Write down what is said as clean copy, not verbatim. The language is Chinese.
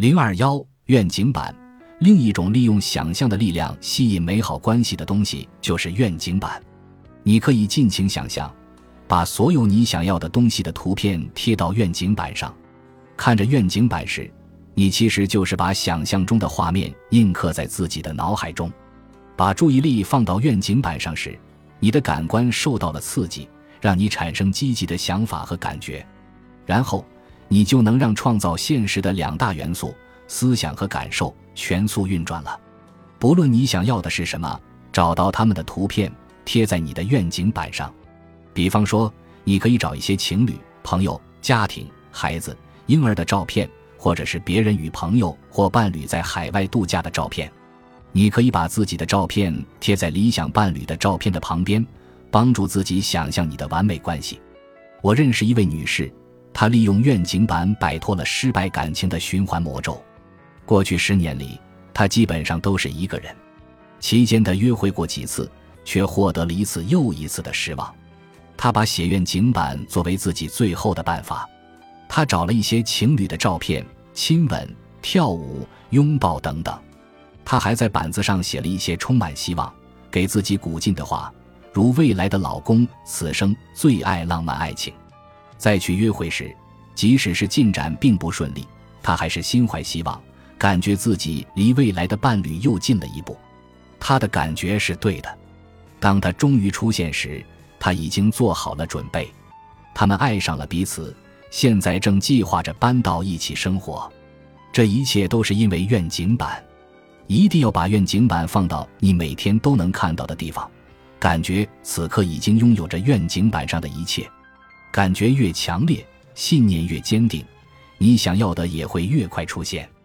021愿景板。另一种利用想象的力量吸引美好关系的东西就是愿景板。你可以尽情想象，把所有你想要的东西的图片贴到愿景板上。看着愿景板时，你其实就是把想象中的画面印刻在自己的脑海中。把注意力放到愿景板上时，你的感官受到了刺激，让你产生积极的想法和感觉。然后你就能让创造现实的两大元素，思想和感受，全速运转了。不论你想要的是什么，找到它们的图片，贴在你的愿景板上。比方说，你可以找一些情侣、朋友、家庭、孩子、婴儿的照片，或者是别人与朋友或伴侣在海外度假的照片。你可以把自己的照片贴在理想伴侣的照片的旁边，帮助自己想象你的完美关系。我认识一位女士，她利用愿景板摆脱了失败感情的循环魔咒。过去10年里，她基本上都是一个人，期间的约会过几次，却获得了一次又一次的失望。她把写愿景板作为自己最后的办法。她找了一些情侣的照片，亲吻、跳舞、拥抱等等。她还在板子上写了一些充满希望、给自己鼓劲的话，如未来的老公此生最爱浪漫爱情。再去约会时，即使是进展并不顺利，她还是心怀希望，感觉自己离未来的伴侣又近了一步。她的感觉是对的。当他终于出现时，他已经做好了准备。他们爱上了彼此，现在正计划着搬到一起生活。这一切都是因为愿景板。一定要把愿景板放到你每天都能看到的地方，感觉此刻已经拥有着愿景板上的一切。感觉越强烈，信念越坚定，你想要的也会越快出现。